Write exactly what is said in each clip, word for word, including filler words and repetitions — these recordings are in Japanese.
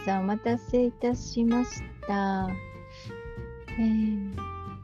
さん、お待たせいたしました。えー、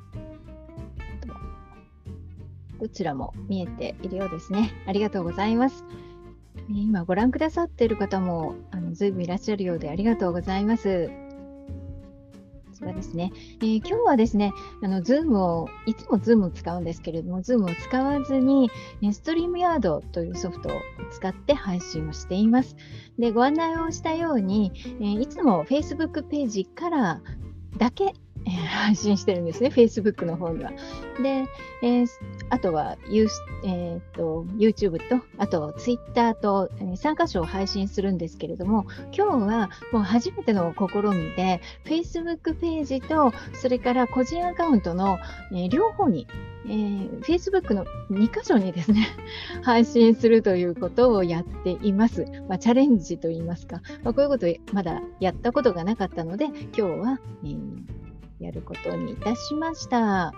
どちらも見えているようですね。ありがとうございます。今ご覧くださっている方もあのずいぶんいらっしゃるようでありがとうございます。こちらですね。えー、今日はですね、あの Zoom を、いつも Zoom を使うんですけれども、Zoom を使わずに、ストリームヤードというソフトを使って配信をしています。で、ご案内をしたように、えー、いつも Facebook ページからだけえー、配信してるんですね、Facebook の方には。で、えー、あとは、ユーえー、と YouTube と、あと Twitter と、えー、さん箇所配信するんですけれども、今日はもう初めての試みで、Facebook ページと、それから個人アカウントの、えー、両方に、えー、Facebook のに箇所にですね、配信するということをやっています。まあ、チャレンジといいますか、まあ、こういうことをまだやったことがなかったので、今日は、えーやることにいたしました。はい、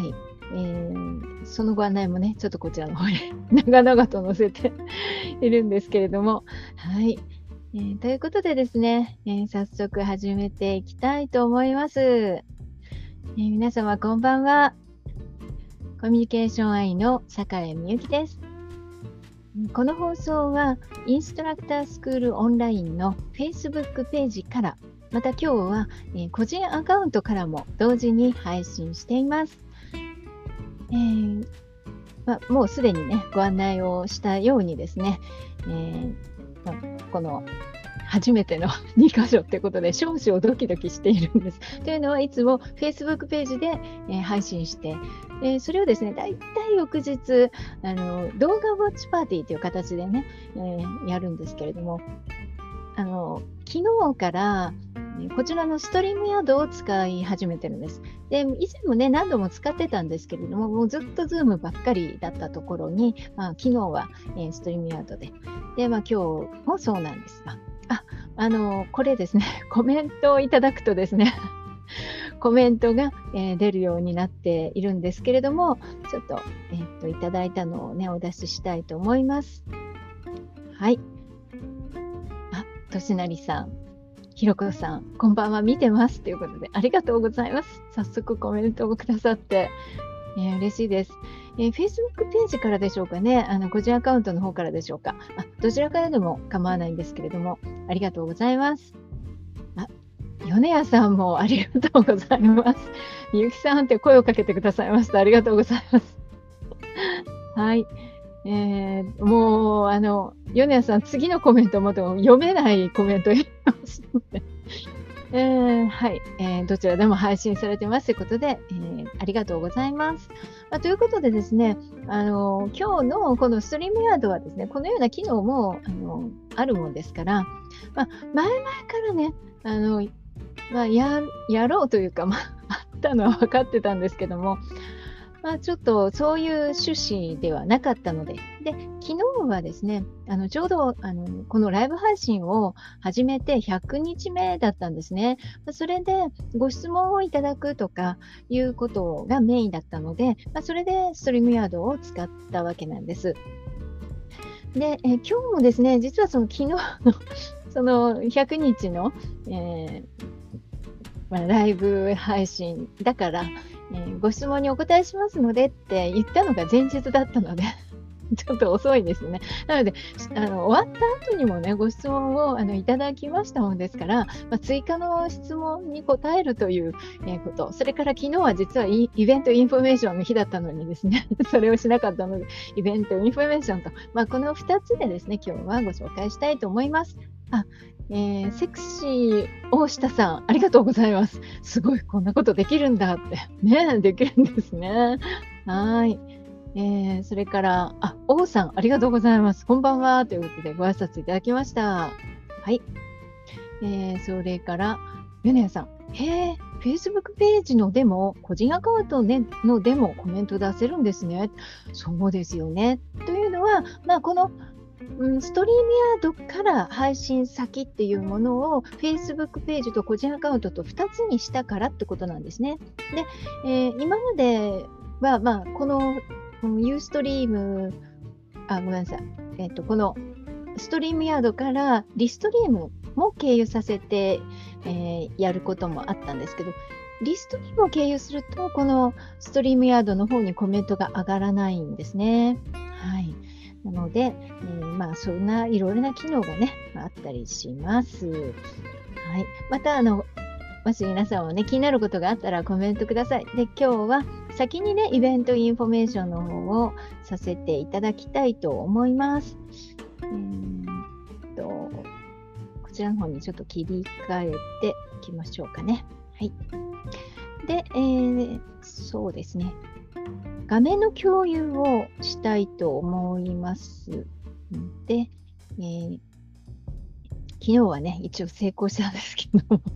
えー、そのご案内もね、ちょっとこちらの方に長々と載せているんですけれども、はい、えー、ということでですね、えー、早速始めていきたいと思います。えー、皆様こんばんは。コミュニケーションアイの坂井美由です。この放送はインストラクタースクールオンラインの Facebook ページから、また今日は、えー、個人アカウントからも同時に配信しています。えーまあ、もうすでにね、ご案内をしたようにですね、えーまあ、この初めてのに箇所ってことで少々ドキドキしているんです。というのはいつも Facebook ページで、えー、配信して、えー、それをですね、だいたい翌日、あの動画ウォッチパーティーという形でね、えー、やるんですけれども、あの昨日からこちらのストリームヤードを使い始めてるんです。で、以前もね、何度も使ってたんですけれども、もうずっと Zoom ばっかりだったところに、まあ、昨日は、えー、ストリームヤードで、で、まあ、今日もそうなんですが、あ、あのこれですね、コメントをいただくとですね、コメントが、えー、出るようになっているんですけれども、ちょっと、えー、といただいたのをね、お出ししたいと思います。はい。あ、としなりさん。ひろこさん、こんばんは、見てますということで、ありがとうございます。早速コメントをくださって、えー、嬉しいです、えー。Facebook ページからでしょうかね、あの個人アカウントの方からでしょうか。あ、どちらからでも構わないんですけれども、ありがとうございます。あ、米谷さんもありがとうございます。みゆきさんって声をかけてくださいました。ありがとうございます。はい。えー、もう、あの、米谷さん、次のコメントも読めないコメントを言いますので、えー、はい、えー、どちらでも配信されてますということで、えー、ありがとうございます。まあ、ということでですね、あの今日のこのストリームヤードはですね、このような機能もあのあるもんですから、まあ、前々からね、あのまあ、ややろうというか、まあ、あったのは分かってたんですけども、まあ、ちょっとそういう趣旨ではなかったので、で昨日はですね、あのちょうどあのこのライブ配信を始めてひゃくにちめだったんですね。それでご質問をいただくとかいうことがメインだったので、まあ、それでストリームヤードを使ったわけなんです。で、え今日もですね、実はその昨日のそのひゃくにちの、えーまあ、ライブ配信だから、えー、ご質問にお答えしますのでって言ったのが前日だったのでちょっと遅いですね。なので、あの終わった後にもね、ご質問をあのいただきましたもんですから、まあ、追加の質問に答えるという、えー、こと、それから昨日は実はイベントインフォメーションの日だったのにですね、それをしなかったので、イベントインフォメーションと、まあ、このふたつでですね、今日はご紹介したいと思います。あえー、セクシー大下さん、ありがとうございます。すごい、こんなことできるんだって。ね、できるんですね。はい。えー、それから、あ、王さん、ありがとうございます。こんばんは。ということで、ご挨拶いただきました。はい。えー、それから、ヨネヤさん、へえ、Facebook ページのデモ、個人アカウントのデモ、コメント出せるんですね。そうですよね。というのは、まあ、この、うん、ストリームヤードから配信先っていうものを Facebook ページと個人アカウントとふたつにしたからってことなんですね。で、えー、今までは、まあ、このユーストリーム、あ、ごめんなさい。えっと、このストリームヤードからリストリームも経由させて、えーやることもあったんですけど、リストリームを経由すると、このストリームヤードの方にコメントが上がらないんですね。はい。なので、えーまあ、そんないろいろな機能がね、まああったりします。はい。また、あの、もし皆さんはね、気になることがあったらコメントください。で、今日は先にね、イベントインフォメーションの方をさせていただきたいと思います。えーっと、こちらの方にちょっと切り替えていきましょうかね。はい。で、えーそうですね。画面の共有をしたいと思いますので、えー昨日はね、一応成功したんですけども、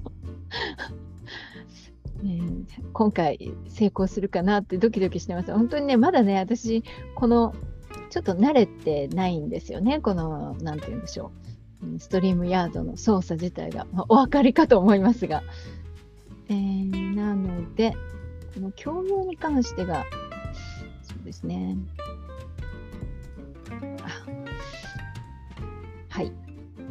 えー今回成功するかなってドキドキしてます。本当にね、まだね、私、この、ちょっと慣れてないんですよね。この、なんて言うんでしょう。うんストリームヤードの操作自体が。まあお分かりかと思いますが。えーなので、この共有に関してが、そうですね。あはい。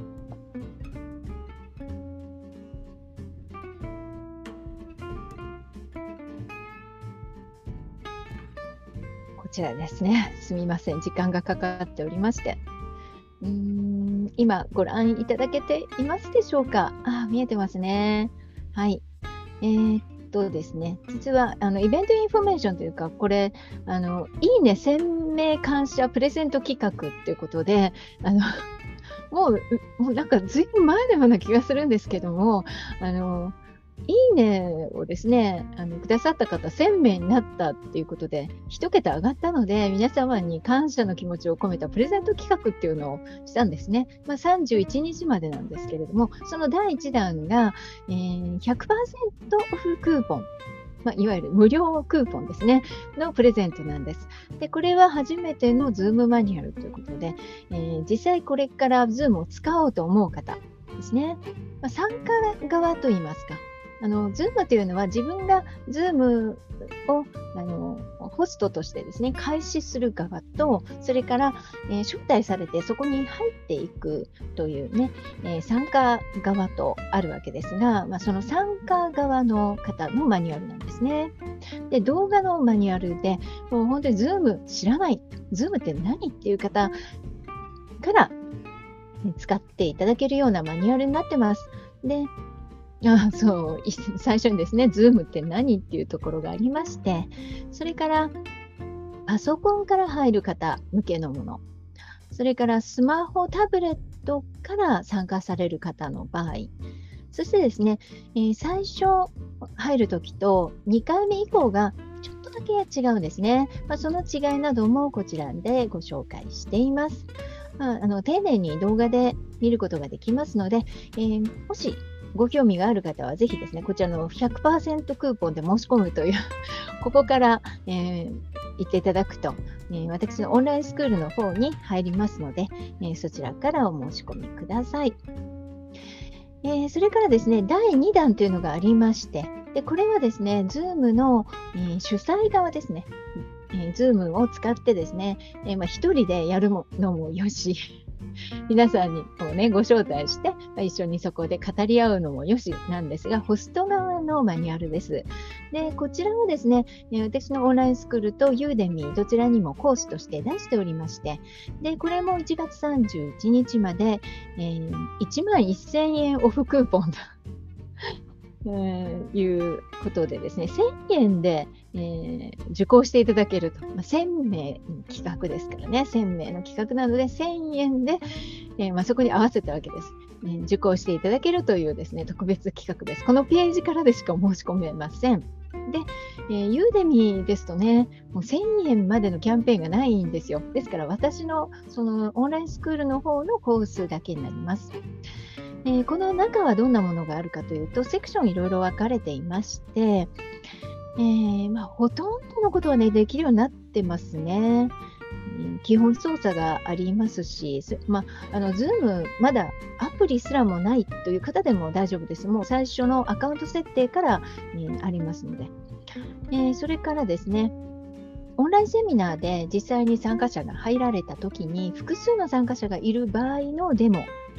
こちらですね。すみません。時間がかかっておりまして。うーん、今ご覧いただけていますでしょうか。あ、見えてますね。はい。えーっとですね、実はあのイベントインフォメーションというか、これ、あのいいね鮮明感謝プレゼント企画っていうことで、あのもう、うもうなんかずいぶん前のような気がするんですけども、あのいいねをですね、あのくださった方せんめいになったっていうことで、一桁上がったので、皆様に感謝の気持ちを込めたプレゼント企画っていうのをしたんですね。まあ、さんじゅういちにちまでなんですけれども、そのだいいち弾が、えーひゃくパーセントオフクーポン。まあ、いわゆる無料クーポンですね、のプレゼントなんです。で、これは初めての Zoom マニュアルということで、えー実際これから Zoom を使おうと思う方ですね。まあ、参加側といいますか。あの、Zoom というのは自分が Zoom をあのホストとしてですね、開始する側と、それから、えー招待されてそこに入っていくというね、えー参加側とあるわけですが、まあ、その参加側の方のマニュアルなんですね。で、動画のマニュアルで、もう本当に Zoom 知らない、Zoom って何っていう方からえ使っていただけるようなマニュアルになってます。で、あ、そう、い最初にですね、Zoom って何っていうところがありまして、それからパソコンから入る方向けのもの、それからスマホ、タブレットから参加される方の場合、そしてですね、えー最初入るときとにかいめ以降がちょっとだけ違うんですね。まあ、その違いなどもこちらでご紹介しています。まあ、あの丁寧に動画で見ることができますので、えーもしご興味がある方はぜひですね、こちらの ひゃくパーセント クーポンで申し込むというここから、えー言っていただくと、えー私のオンラインスクールの方に入りますので、えーそちらからお申し込みください。えーそれからですね、だいに弾というのがありまして、でこれはですね、Zoom の、えー主催側ですね、えー Zoom を使ってですね、えーまあ、一人でやるのもよし、皆さんにこう、ね、ご招待して、まあ、一緒にそこで語り合うのもよしなんですが、ホスト側のマニュアルです。で、こちらはですね、えー私のオンラインスクールと Udemy どちらにもコースとして出しておりまして、で、これもいちがつさんじゅういちにちまで、えーいちまんせんえんオフクーポンとえーいうことでですね、せんえんで、えー受講していただけると、まあ、せんめいの企画ですからね、せんめいの企画なのでせんえんで、えーまあ、そこに合わせたわけです、えー受講していただけるというですね、特別企画です。このページからでしか申し込めません。で、えー、ユーデミですとね、もうせんえんまでのキャンペーンがないんですよ。ですから私のそのオンラインスクールの方のコースだけになります。えーこの中はどんなものがあるかというと、セクションいろいろ分かれていまして、えーまあ、ほとんどのことは、ね、できるようになってますね。うん基本操作がありますし、すまあ、あの Zoom まだアプリすらもないという方でも大丈夫です。もう最初のアカウント設定から、えーありますので、えーそれからですね、オンラインセミナーで実際に参加者が入られたときに、複数の参加者がいる場合のデモ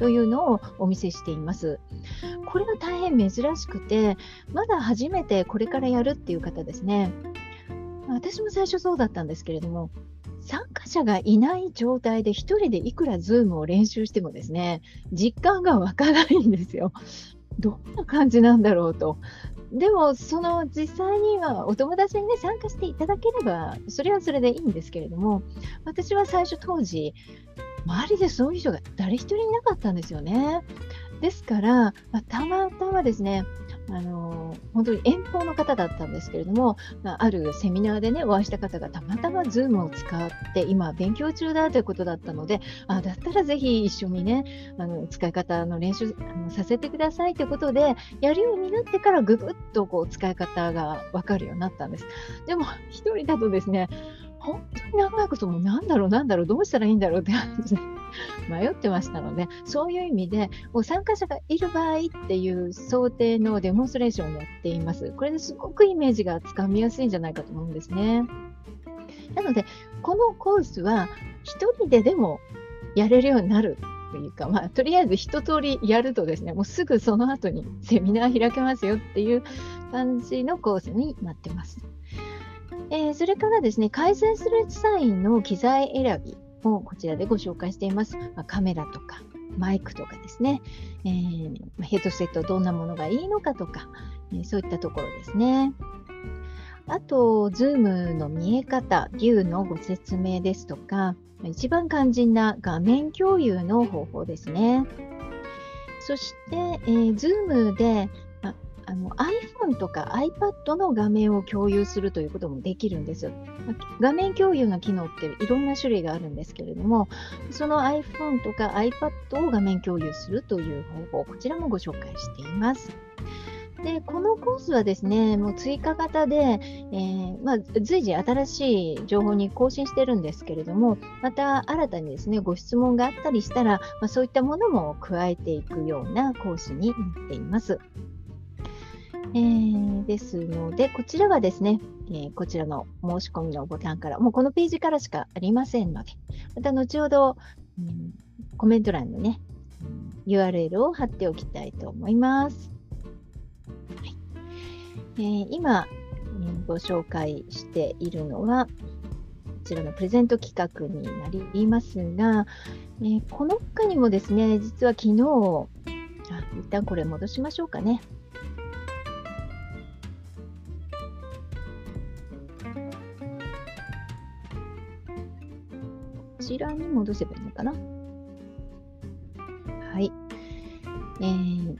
というのをお見せしています。これは大変珍しくて、まだ初めてこれからやるっていう方ですね。私も最初そうだったんですけれども、参加者がいない状態で一人でいくら Zoom を練習してもですね、実感が湧かないんですよ。どんな感じなんだろうと。でも、その実際にはお友達にね、参加していただければ、それはそれでいいんですけれども、私は最初当時、周りでそういう人が誰一人いなかったんですよね。ですから、まあ、たまたまですね、あのー本当に遠方の方だったんですけれども、まあ、あるセミナーでね、お会いした方がたまたま Zoom を使って今勉強中だということだったので、あ、だったらぜひ一緒にね、あの使い方の練習あのさせてくださいということで、やるようになってからぐぐっとこう使い方がわかるようになったんです。でも一人だとですね、本当に長くともなんだろうなんだろうどうしたらいいんだろうって感じで迷ってましたので、そういう意味でもう参加者がいる場合っていう想定のデモンストレーションをやっています。これですごくイメージがつかみやすいんじゃないかと思うんですね。なので、このコースは一人ででもやれるようになるというか、まあ、とりあえず一通りやるとですね、もうすぐその後にセミナー開けますよっていう感じのコースになってます。えーそれからですね、開催する際の機材選びをこちらでご紹介しています。まあ、カメラとかマイクとかですね、えーまあヘッドセットどんなものがいいのかとか、えーそういったところですね。あと、Zoom の見え方、ビューのご説明ですとか、一番肝心な画面共有の方法ですね。そして、えー Zoom でああの iPhone とか iPad の画面を共有するということもできるんです。ま画面共有の機能っていろんな種類があるんですけれども、その iPhone とか iPad を画面共有するという方法、こちらもご紹介しています。で、このコースはですね、もう追加型で、えーまあ、随時新しい情報に更新してるんですけれども、また新たにですね、ご質問があったりしたら、まあ、そういったものも加えていくようなコースになっています。えーですので、こちらはですね、えーこちらの申し込みのボタンから、もうこのページからしかありませんので、また後ほど、うんコメント欄にね、ユーアールエル を貼っておきたいと思います。はいえー今、えーご紹介しているのは、こちらのプレゼント企画になりますが、えーこの他にもですね、実は昨日、あ一旦これ戻しましょうかね。こちらに戻せばいいのかな。はい。えー、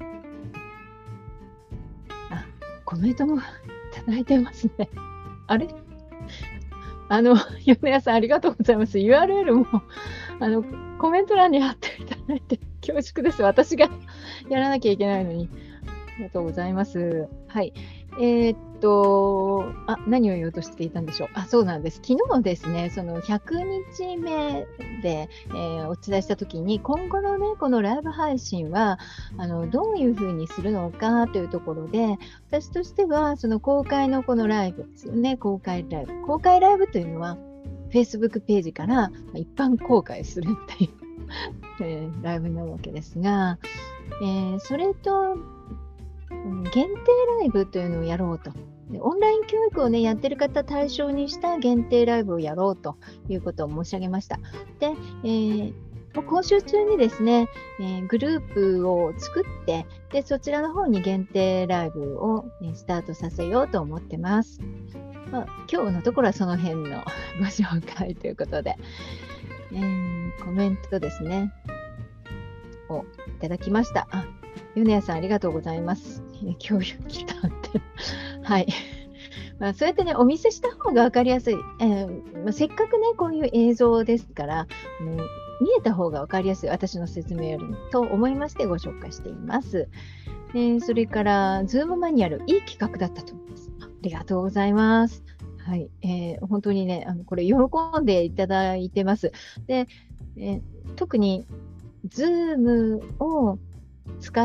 あ、コメントもいただいてますね。あれあの、米谷さんありがとうございます。ユーアールエル も、あの、コメント欄に貼っていただいて恐縮です。私がやらなきゃいけないのに。ありがとうございます。はい。えーっと、あ、何を言おうとしていたんでしょう。あ、そうなんです。昨日ですね、そのひゃくにちめで、えーお伝えしたときに、今後のね、このライブ配信は、あの、どういうふうにするのかというところで、私としては、その公開のこのライブですよね、公開ライブ。公開ライブというのは、Facebook ページからまあ一般公開するっていうえーライブなわけですが、えーそれと、うん限定ライブというのをやろうと。でオンライン教育をね、やってる方対象にした限定ライブをやろうということを申し上げました。で、えーもう今週中にですね、えーグループを作って、で、そちらの方に限定ライブを、ねスタートさせようと思ってます。まあ、今日のところはその辺のご紹介ということで、えーコメントですね、をいただきました。あ、米谷さんありがとうございます。えー共有来たって。はい。まあ、そうやってね、お見せした方が分かりやすい。えーまあ、せっかくね、こういう映像ですから、もう見えた方が分かりやすい。私の説明よりもと思いましてご紹介しています。えーそれから、ズームマニュアル、いい企画だったと思います。ありがとうございます。はい。えー本当にね、あのこれ喜んでいただいてます。で、えー特に、ズームを使って、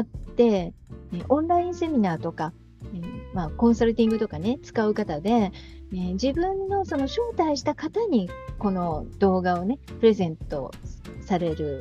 えーオンラインセミナーとか、えーまあ、コンサルティングとかね、使う方で、えー自分のその招待した方にこの動画をね、プレゼントされる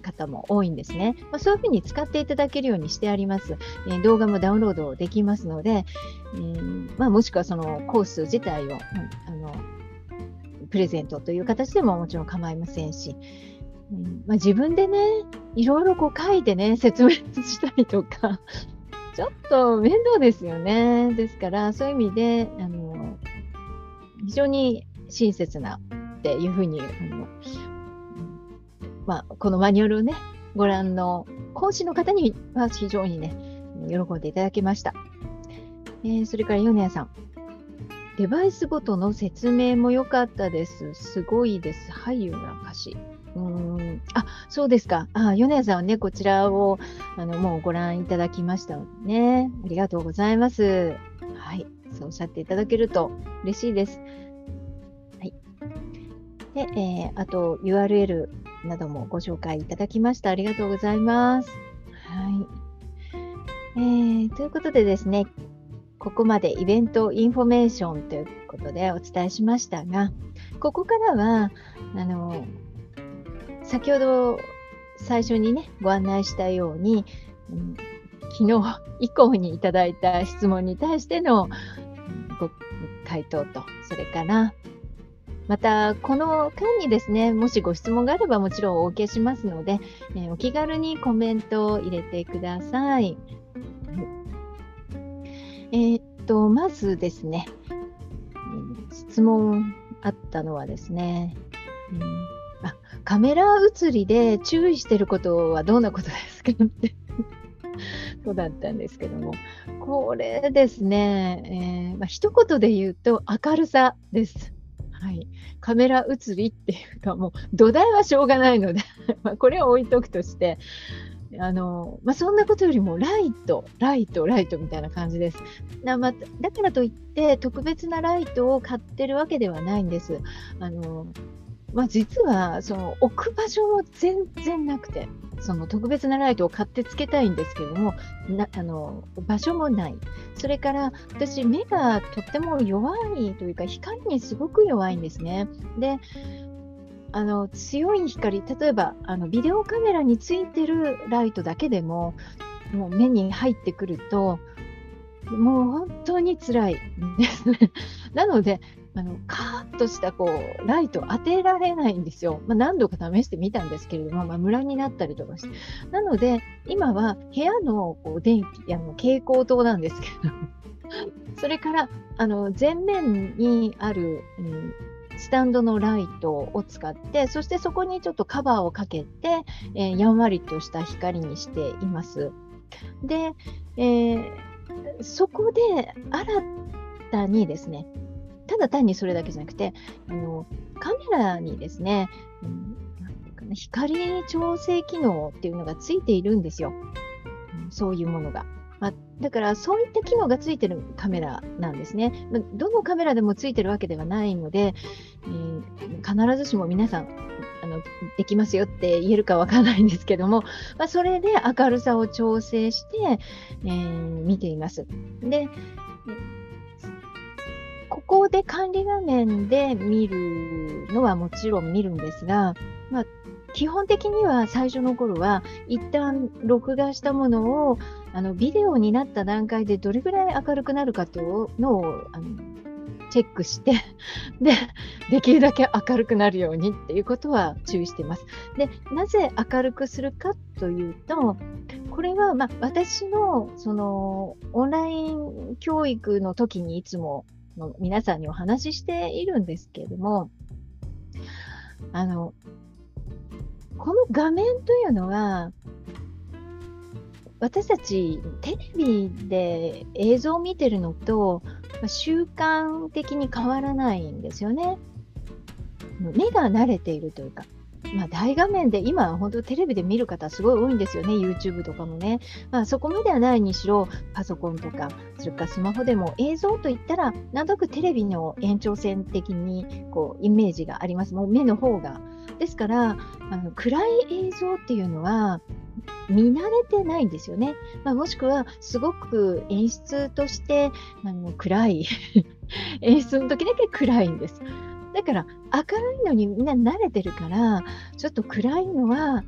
方も多いんですね。まあ、そういうふうに使っていただけるようにしてあります。えー動画もダウンロードできますので、えーまあ、もしくはそのコース自体を、うんあのプレゼントという形でももちろん構いませんし、うんまあ、自分でね、いろいろこう書いてね、説明したりとか、ちょっと面倒ですよね。ですから、そういう意味で、あの非常に親切なっていうふうに、あのうんまあ、このマニュアルをね、ご覧の講師の方には非常にね、喜んでいただきました。えーそれから米谷さん、デバイスごとの説明も良かったです。すごいです。俳優な歌詞。うーん、あ、そうですか。あ、米谷さんはね、こちらをあのもうご覧いただきましたのでね。ありがとうございます。はい、そうおっしゃっていただけると嬉しいです。はい。で、えーあと ユーアールエル などもご紹介いただきました。ありがとうございます。はい。えーということでですね、ここまでイベントインフォメーションということでお伝えしましたが、ここからは、あの、先ほど最初にね、ご案内したように、うん昨日以降にいただいた質問に対してのうんご回答と、それから、また、この間にですね、もしご質問があればもちろんお受けしますので、えーお気軽にコメントを入れてください。えーっと、まずですね、えー質問あったのはですね、うんあ、カメラ映りで注意していることはどんなことですかってそうだったんですけども、これですね、えーまあ、一言で言うと明るさです。はい、カメラ映りっていうか、もう土台はしょうがないのでまあこれを置いとくとして、あのまあ、そんなことよりもライト、ライト、ライトみたいな感じです。なまあ、だからといって特別なライトを買ってるわけではないんです。あのまあ、実はその置く場所も全然なくて、その特別なライトを買ってつけたいんですけれども、なあの場所もない。それから私、目がとっても弱いというか、光にすごく弱いんですね。で、あの強い光、例えばあのビデオカメラについてるライトだけでも、もう目に入ってくると、もう本当に辛いですね。なので、あのカーッとしたこうライト当てられないんですよ。まあ、何度か試してみたんですけれども、まあ、ムラになったりとかして。なので、今は部屋のこう電気、あの蛍光灯なんですけど、それからあの前面にある、うんスタンドのライトを使って、そしてそこにちょっとカバーをかけて、えーやんわりとした光にしています。で、えーそこで新たにですね、ただ単にそれだけじゃなくて、あのカメラにですね、うんなんていうかな、光調整機能っていうのがついているんですよ。うんそういうものが。まあ、だからそういった機能がついてるカメラなんですね。まあどのカメラでもついてるわけではないので、えー必ずしも皆さんあのできますよって言えるかわからないんですけども、まあ、それで明るさを調整して、えー見ています。で、ここで管理画面で見るのはもちろん見るんですが、まあ、基本的には最初の頃は一旦録画したものをあのビデオになった段階でどれぐらい明るくなるかというのをあのチェックしてで、できるだけ明るくなるようにっていうことは注意しています。で、なぜ明るくするかというと、これは、まあ、私のそのオンライン教育の時にいつもの皆さんにお話ししているんですけれども、あのこの画面というのは、私たちテレビで映像を見てるのと、まあ習慣的に変わらないんですよね。目が慣れているというか、まあ、大画面で今、本当テレビで見る方すごい多いんですよね、YouTube とかもね。まあ、そこまではないにしろ、パソコンとか、それからスマホでも映像といったら、なんとなくテレビの延長線的にこうイメージがあります。もう目の方が。ですから、あの暗い映像っていうのは、見慣れてないんですよね。まあ、もしくは、すごく演出としてあの暗い演出の時だけ暗いんです。だから明るいのにみんな慣れてるから、ちょっと暗いのは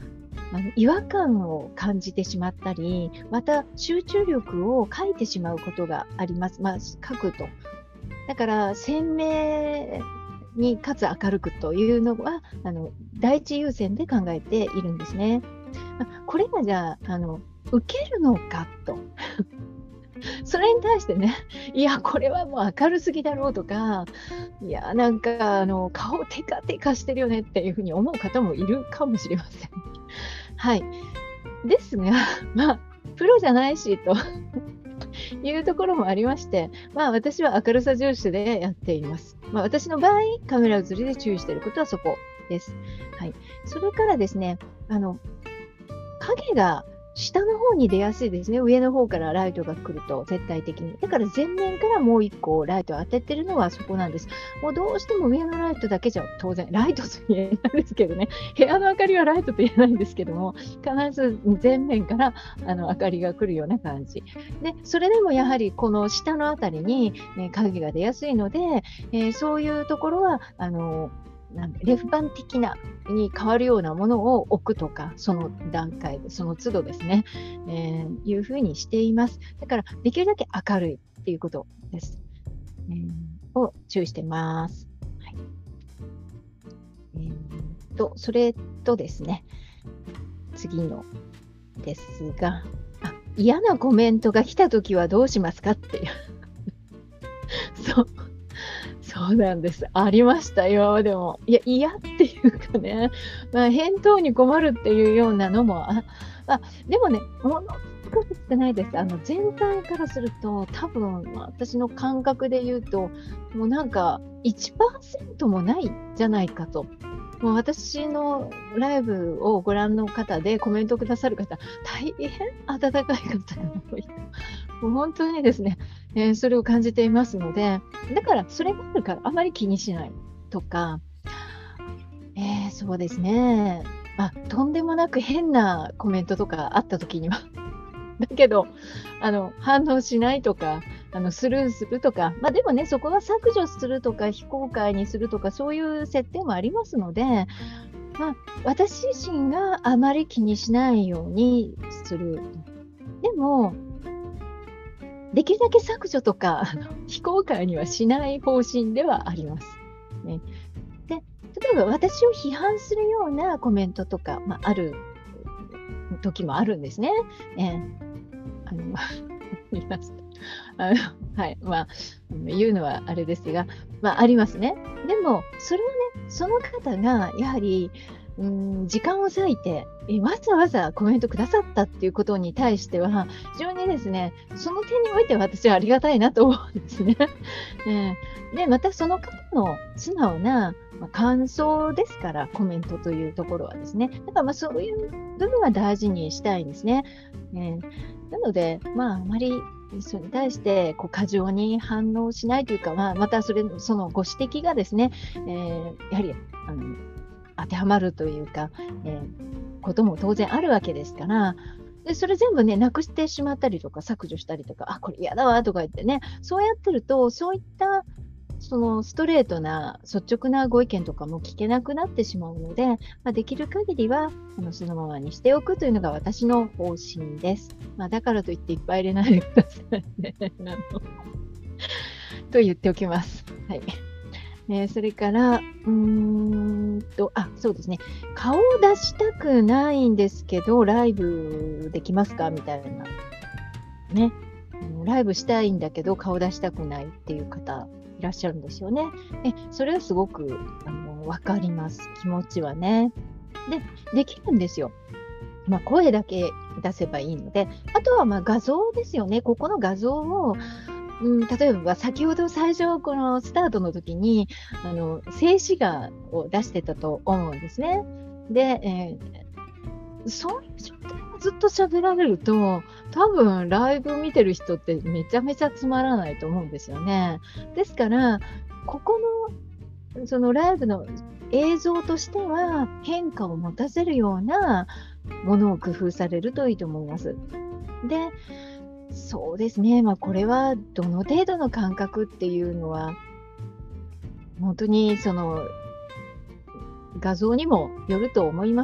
あの違和感を感じてしまったり、また集中力を欠いてしまうことがあります。まあ、書くと。だから鮮明にかつ明るくというのはあの第一優先で考えているんですね。これがじゃあ、あの受けるのかと。それに対してね、いや、これはもう明るすぎだろうとか、いや、なんかあの顔テカテカしてるよねっていうふうに思う方もいるかもしれません。はい。ですが、まあ、プロじゃないしというところもありまして、まあ、私は明るさ重視でやっています。まあ、私の場合、カメラ映りで注意していることはそこです。はい。それからですね、あの影が下の方に出やすいですね。上の方からライトが来ると絶対的に。だから前面からもう一個ライトを当ててるのはそこなんです。もうどうしても上のライトだけじゃ当然、ライトと言えないですけどね。部屋の明かりはライトと言えないんですけども、必ず前面からあの明かりが来るような感じ。で、それでもやはりこの下のあたりに、ね、影が出やすいので、えーそういうところは、あの、なんレフ板的なに変わるようなものを置くとか、その段階で、その都度ですね、えーいうふうにしています。だから、できるだけ明るいっていうことです。えーを注意してます。はい。えーと、それとですね、次のですが、あ、嫌なコメントが来たときはどうしますかっていう。そう。そうなんです。ありました、今までも。いや、嫌っていうかね、まあ、返答に困るっていうようなのも、あ、あでもね、ものすごく少ないです。あの全体からすると、多分私の感覚で言うと、もうなんかいちパーセントもないんじゃないかと。もう私のライブをご覧の方でコメントくださる方、大変温かい方が多い。もう本当にですね、えーそれを感じていますので、だからそれがあるからあまり気にしないとか、えーそうですね、あ、とんでもなく変なコメントとかあった時には、だけど、あの、反応しないとか、あの、スルーするとか、まあでもね、そこは削除するとか、非公開にするとか、そういう設定もありますので、まあ、私自身があまり気にしないようにする。でも、できるだけ削除とか、あの非公開にはしない方針ではあります。ね、で、例えば私を批判するようなコメントとか、まあ、ある時もあるんですね。えー、あの言いますあのはい、まあ、言うのはあれですが、まあ、ありますね。でも、それはね、その方がやはり、うん、時間を割いて、えわざわざコメントくださったっていうことに対しては、非常にですね、その点においては私はありがたいなと思うんですね。えーで、またその方の素直な、まあ、感想ですから、コメントというところはですね。だからまあそういう部分は大事にしたいんですね。えーなので、まあ、あまりそれに対してこう過剰に反応しないというか、まあ、またそれそのご指摘がですね、えーやはりあの当てはまるというか、えーことも当然あるわけですから、でそれ全部ね、なくしてしまったりとか、削除したりとか、あ、これ嫌だわとか言ってね、そうやってると、そういったそのストレートな率直なご意見とかも聞けなくなってしまうので、まあ、できる限りはあのそのままにしておくというのが私の方針です。まあ、だからといっていっぱい入れないでくださいね。あのと言っておきます。はい。えーそれから、うーんと、あ、そうですね。顔を出したくないんですけど、ライブできますかみたいな。ね。あのライブしたいんだけど、顔出したくないっていう方いらっしゃるんですよね。え、それはすごくあのわかります。気持ちはね。で、できるんですよ。まあ、声だけ出せばいいので、あとはまあ画像ですよね。ここの画像を、うん、例えば先ほど最初、このスタートの時に、あの静止画を出してたと思うんですね。で、えーそういう状態をずっと喋られると、多分ライブ見てる人ってめちゃめちゃつまらないと思うんですよね。ですから、ここのそのライブの映像としては変化を持たせるようなものを工夫されるといいと思います。で、そうですね、まあ、これはどの程度の感覚っていうのは、本当にその画像にもよると思います。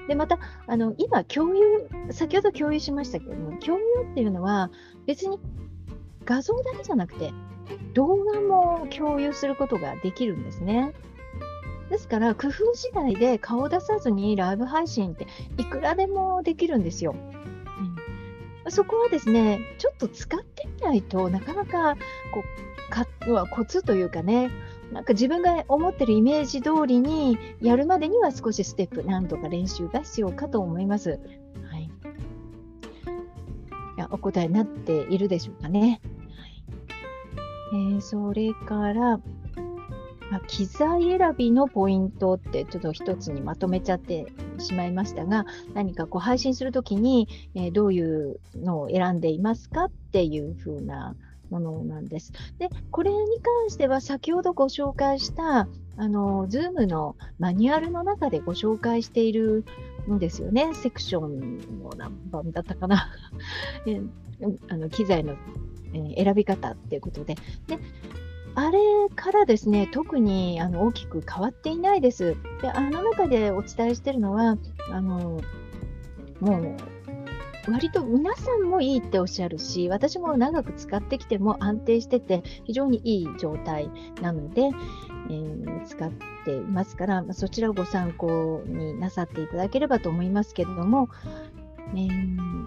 で、また、あの、今、共有、先ほど共有しましたけれども、共有っていうのは、別に画像だけじゃなくて、動画も共有することができるんですね。ですから、工夫次第で顔を出さずにライブ配信っていくらでもできるんですよ。うん、そこはですね、ちょっと使ってみないとなかなかこうかはコツというかね、なんか自分が思ってるイメージ通りにやるまでには少しステップ、何度か練習が必要かと思います。はい、いやお答えになっているでしょうかね。はい、えー、それからまあ、機材選びのポイントってちょっと一つにまとめちゃってしまいましたが、何かこう配信するときに、えーどういうのを選んでいますかっていう風なものなんです。で、これに関しては先ほどご紹介したあの Zoom のマニュアルの中でご紹介しているんですよね。セクションの何番だったかな。えーあの機材の、えー選び方っていうことで。であれからですね、特にあの大きく変わっていないです。で、あの中でお伝えしているのは、あのもう割と皆さんもいいっておっしゃるし、私も長く使ってきても安定してて、非常にいい状態なので、えー使っていますから、まあそちらをご参考になさっていただければと思いますけれども、えー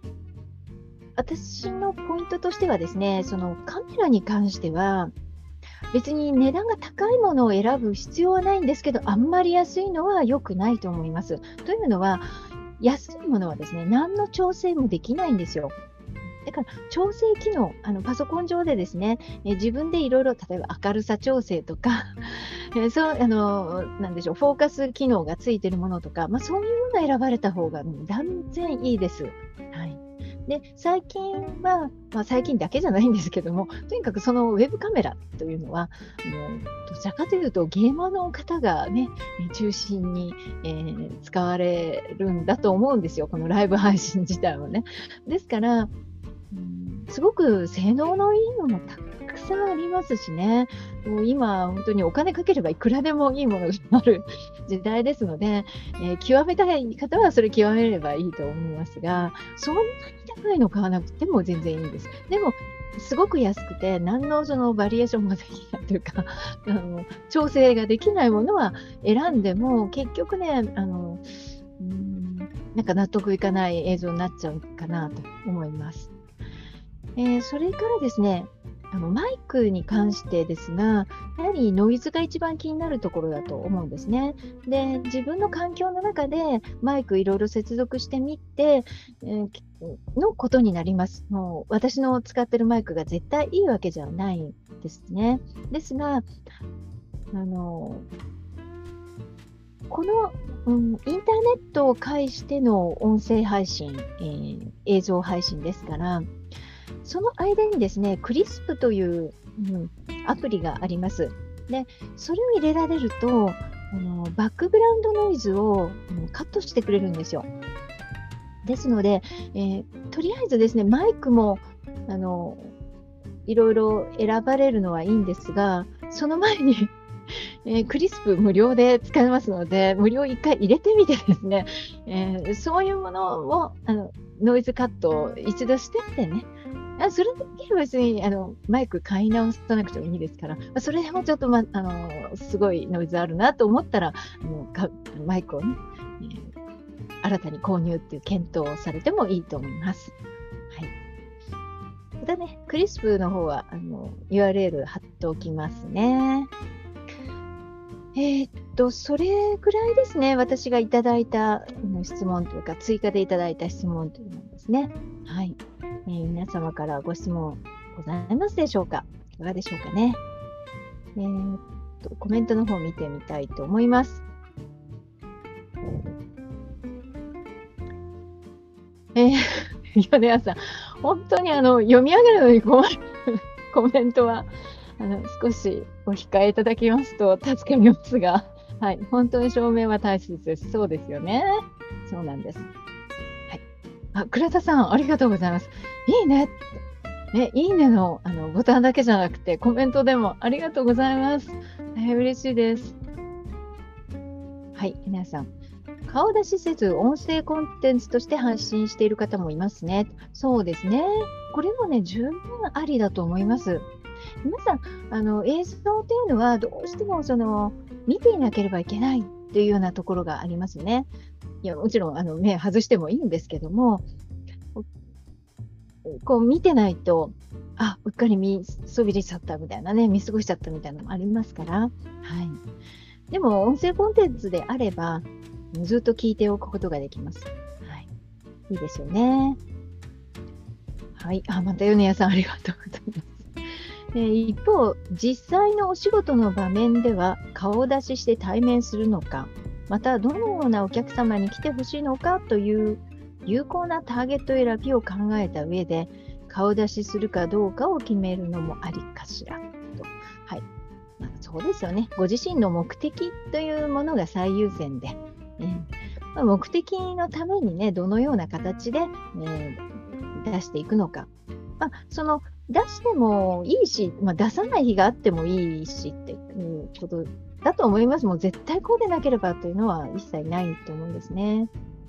私のポイントとしてはですね、そのカメラに関しては、別に値段が高いものを選ぶ必要はないんですけど、あんまり安いのは良くないと思います。というのは、安いものはですね、何の調整もできないんですよ。だから、調整機能、あのパソコン上でですね、え自分でいろいろ、例えば明るさ調整とか、えそうあのなんでしょう、フォーカス機能がついているものとか、まあ、そういうものを選ばれた方がもう断然いいです。はい。で、最近は、まあ、最近だけじゃないんですけども、とにかくそのウェブカメラというのは、もうどちらかというとゲーマーの方がね、え中心に、えー使われるんだと思うんですよ、このライブ配信自体はね。ですから、うんすごく性能のいいのもたくさんありますしね、もう今、本当にお金かければいくらでもいいものがある時代ですので、えー極めたい方はそれ極めればいいと思いますが、そんなに高いの買わなくても全然いいんです。でも、すごく安くて、何のそのバリエーションもできないというか、あの調整ができないものは選んでも、結局ね、あのうーんなんか納得いかない映像になっちゃうかなと思います。えーそれからですね、あのマイクに関してですが、やはりノイズが一番気になるところだと思うんですね。で、自分の環境の中でマイクいろいろ接続してみて、えーきのことになります。もう私の使ってるマイクが絶対いいわけじゃないですね。ですが、あのこの、うん、インターネットを介しての音声配信、えー映像配信ですから、その間にですね、クリスプという、うん、アプリがあります。で、それを入れられると、あのバックグラウンドノイズを、うんカットしてくれるんですよ。ですので、えーとりあえずですね、マイクもあのいろいろ選ばれるのはいいんですが、その前にえークリスプ無料で使えますので、無料いっかい入れてみてですね、えーそういうものをあのノイズカットを一度してみてね、あそれだけは別にあのマイク買い直さなくてもいいですから、まあそれでもちょっと、ま、あのすごいノイズあるなと思ったら、あのかマイクをね、えー新たに購入っていう検討をされてもいいと思います。はい。またね、クリスプの方はあの ユーアールエル 貼っておきますね。えーっと、それぐらいですね。私がいただいたあの質問というか、追加でいただいた質問というのですね。はい。えー皆様からご質問ございますでしょうか？いかがでしょうかね。えーっと、コメントの方を見てみたいと思います。えー、米谷さん、本当にあの読み上げるのに困るコメントはあの少しお控えいただきますと助かりますが、はい、本当に証明は大切です。そうですよね。そうなんです。はい。あ、倉田さん、ありがとうございます。いいね。ね、いいねの、あのボタンだけじゃなくて、コメントでもありがとうございます。大変嬉しいです。はい、皆さん。 顔出しせず音声コンテンツとして配信している方もいますね。そうですね。これもね、十分ありだと思います。皆さん、あの映像というのはどうしてもその見ていなければいけないというようなところがありますね。いや、もちろんあの目外してもいいんですけども、こう見てないと、あ、うっかり見そびれちゃったみたいなね、見過ごしちゃったみたいなのもありますから、はい。でも、音声コンテンツであれば、ずっと聞いておくことができます。はい。いいですよね。はい。あ、また米谷さん、ありがとうございます。えー一方、実際のお仕事の場面では、顔出しして対面するのか、また、どのようなお客様に来てほしいのかという有効なターゲット選びを考えた上で、顔出しするかどうかを決めるのもありかしらと。はい。まあ、そうですよね。ご自身の目的というものが最優先で、えーまあ目的のためにね、どのような形で、えー出していくのか。まあ、その出してもいいし、まあ、出さない日があってもいいしっていうことだと思います。もう絶対こうでなければというのは一切ないと思うんですね。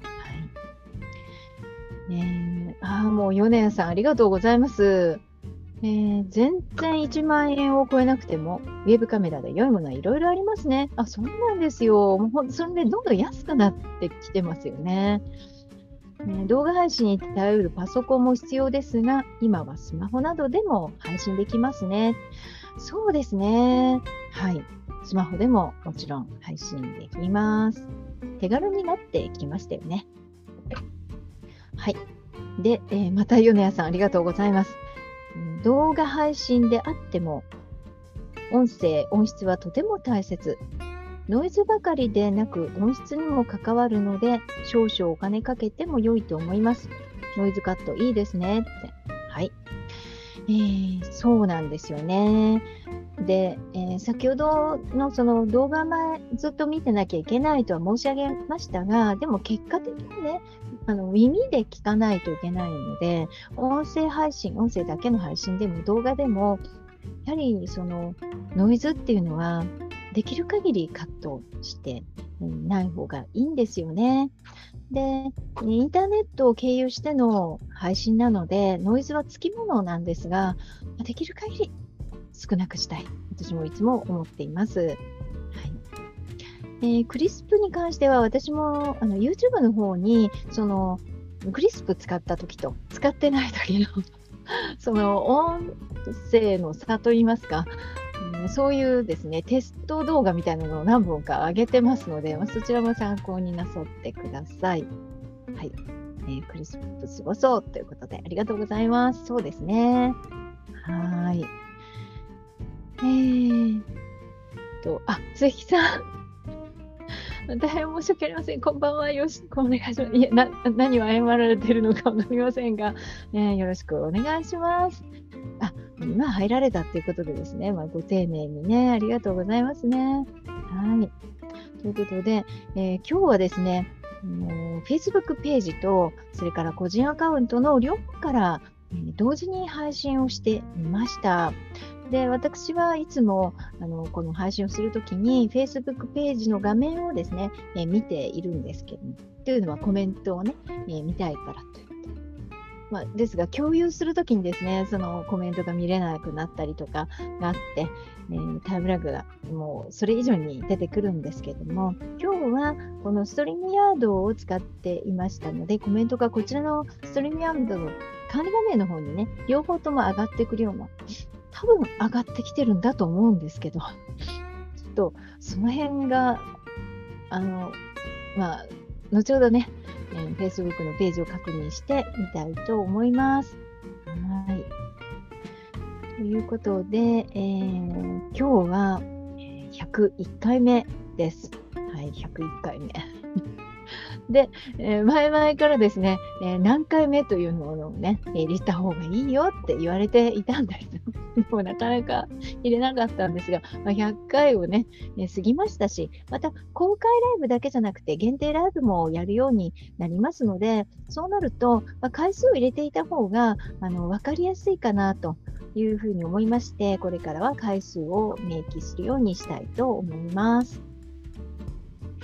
はい。ねえ、ああ、もう米谷さんありがとうございます。えー全然いちまん円を超えなくても、ウェブカメラで良いものはいろいろありますね。あ、そうなんですよ。もうほんそれでどんどん安くなってきてますよね。ね動画配信に頼るパソコンも必要ですが、今はスマホなどでも配信できますね。そうですね。はい。スマホでももちろん配信できます。手軽になってきましたよね。はい。で、えーまた米谷さんありがとうございます。うん動画配信であっても、音声、音質はとても大切。ノイズばかりでなく音質にも関わるので、少々お金かけても良いと思います。ノイズカットいいですねって。はい。えーそうなんですよね。で、えー先ほどのその動画前ずっと見てなきゃいけないとは申し上げましたが、でも結果的にね、あの耳で聞かないといけないので、音声配信、音声だけの配信でも動画でも、やはりそのノイズっていうのはできる限りカットしてうんない方がいいんですよね。で、インターネットを経由しての配信なので、ノイズはつきものなんですが、できる限り少なくしたい。私もいつも思っています。はい。えークリスプに関しては、私もあの YouTube の方に、その、クリスプ使った時と使ってない時のその音声の差といいますか、うんそういうですね、テスト動画みたいなのを何本か上げてますので、まあ、そちらも参考になさってください。はい。えークリスプ過ごそうということで、ありがとうございます。そうですね。はーい。えーっと、あ、鈴木さん。大変申し訳ありません。こんばんは。よろしくお願いします。いえ、な、何を謝られているのかわかりませんが、ね、よろしくお願いします。あ、今入られたっていうことでですね、まあ、ご丁寧にね、ありがとうございますね。はい。ということで、えー今日はですね、もう Facebook ページと、それから個人アカウントの両方から、えー同時に配信をしてみました。で、私はいつもあのこの配信をするときに Facebook ページの画面をですね、えー見ているんですけども、というのはコメントをね、えー見たいからということで。まあ、ですが、共有するときにですね、そのコメントが見れなくなったりとかがあって、えータイムラグがもうそれ以上に出てくるんですけども、今日はこのストリームヤードを使っていましたので、コメントがこちらのストリームヤードの管理画面の方にね、両方とも上がってくるような、多分上がってきてるんだと思うんですけど、ちょっとその辺が、あの、まあ、後ほどね、えー Facebook のページを確認してみたいと思います。はい。ということで、えー今日はえーひゃくいっかいめです。はい、ひゃくいっかいめ。で、えー前々からですね、えー何回目というのをね、入れた方がいいよって言われていたんです。でもなかなか入れなかったんですが、まあ、ひゃっかいをね、えー過ぎましたし、また公開ライブだけじゃなくて限定ライブもやるようになりますので、そうなると、まあ、回数を入れていた方があの分かりやすいかなというふうに思いまして、これからは回数を明記するようにしたいと思います。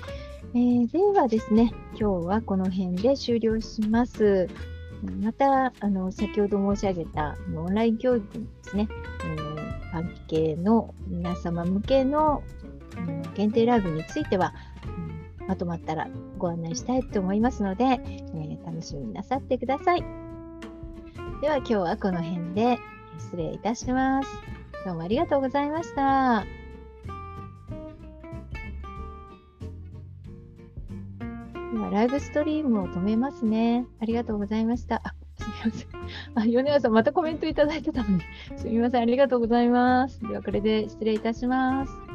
えーではですね、今日はこの辺で終了します。また、あの、先ほど申し上げたあのオンライン教育のですね、えー、短期系の皆様向けの、うん、限定ライブについては、うん、まとまったらご案内したいと思いますので、えー楽しみになさってください。では今日はこの辺で失礼いたします。どうもありがとうございました。今、ライブストリームを止めますね。ありがとうございました。あ、すみません。あ、米谷さん、またコメントいただいてたのに。すみません。ありがとうございます。では、これで失礼いたします。